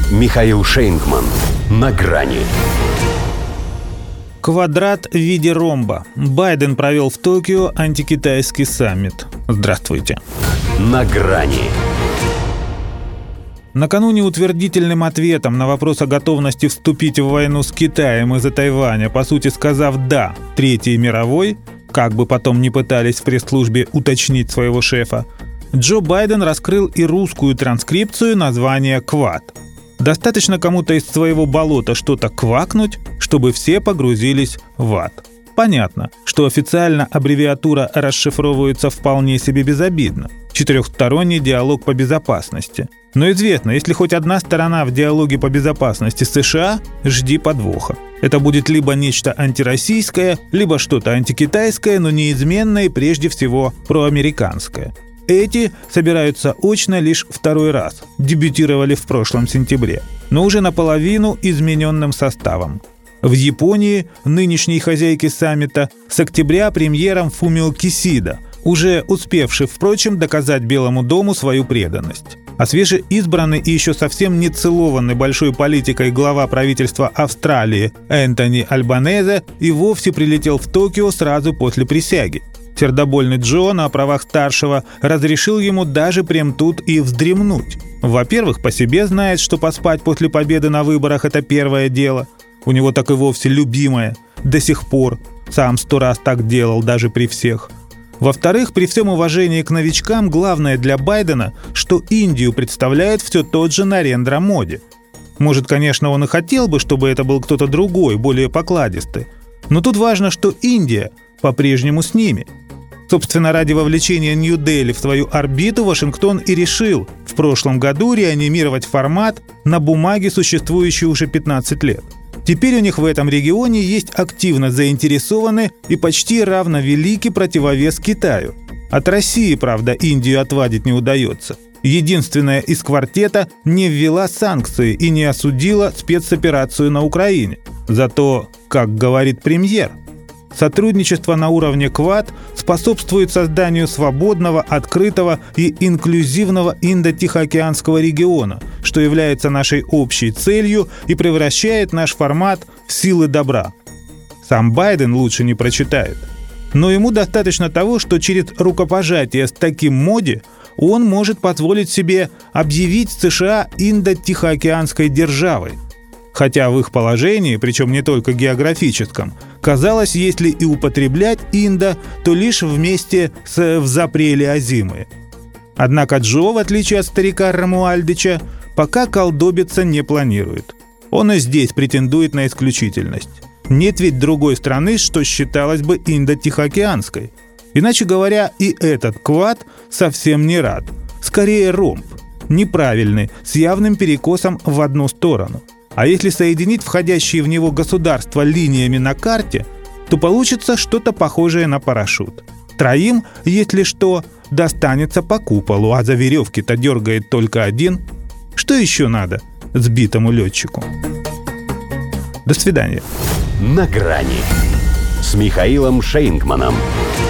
Михаил Шейнгман. На грани. Квадрат в виде ромба. Байден провел в Токио антикитайский саммит. Здравствуйте. На грани. Накануне утвердительным ответом на вопрос о готовности вступить в войну с Китаем из-за Тайваня, по сути сказав «да» Третьей мировой, как бы потом ни пытались в пресс-службе уточнить своего шефа, Джо Байден раскрыл и русскую транскрипцию названия «Квад». Достаточно кому-то из своего болота что-то квакнуть, чтобы все погрузились в ад. Понятно, что официально аббревиатура расшифровывается вполне себе безобидно. Четырехсторонний диалог по безопасности. Но известно, если хоть одна сторона в диалоге по безопасности США, жди подвоха. Это будет либо нечто антироссийское, либо что-то антикитайское, но неизменное и прежде всего проамериканское. Эти собираются очно лишь второй раз, дебютировали в прошлом сентябре, но уже наполовину измененным составом. В Японии, нынешней хозяйке саммита, с октября премьером Фумио Кисида, уже успевший, впрочем, доказать Белому дому свою преданность. А свежеизбранный и еще совсем не целованный большой политикой глава правительства Австралии Энтони Альбанезе и вовсе прилетел в Токио сразу после присяги. Сердобольный Джо на правах старшего разрешил ему даже прям тут и вздремнуть. Во-первых, по себе знает, что поспать после победы на выборах – это первое дело. У него так и вовсе любимое. До сих пор. Сам 100 раз так делал, даже при всех. Во-вторых, при всем уважении к новичкам, главное для Байдена, что Индию представляет все тот же Нарендра Моди. Может, конечно, он и хотел бы, чтобы это был кто-то другой, более покладистый. Но тут важно, что Индия по-прежнему с ними. Собственно, ради вовлечения Нью-Дели в свою орбиту Вашингтон и решил в прошлом году реанимировать формат, на бумаге существующий уже 15 лет. Теперь у них в этом регионе есть активно заинтересованный и почти равновеликий противовес Китаю. От России, правда, Индию отвадить не удается. Единственная из квартета не ввела санкции и не осудила спецоперацию на Украине. Зато, как говорит премьер, сотрудничество на уровне Квад способствует созданию свободного, открытого и инклюзивного Индо-Тихоокеанского региона, что является нашей общей целью и превращает наш формат в силы добра. Сам Байден лучше не прочитает. Но ему достаточно того, что через рукопожатие с таким Моди он может позволить себе объявить США Индо-Тихоокеанской державой. Хотя в их положении, причем не только географическом, казалось, если и употреблять «индо», то лишь вместе с «взапрели-озимые». Однако Джо, в отличие от старика Рамуальдича, пока колдобиться не планирует. Он и здесь претендует на исключительность. Нет ведь другой страны, что считалось бы Индо-Тихоокеанской. Иначе говоря, и этот квад совсем не рад. Скорее ромб. Неправильный, с явным перекосом в одну сторону. А если соединить входящие в него государства линиями на карте, то получится что-то похожее на парашют. Троим, если что, достанется по куполу, а за веревки-то дергает только один. Что еще надо сбитому летчику? До свидания. На грани с Михаилом Шейнгманом.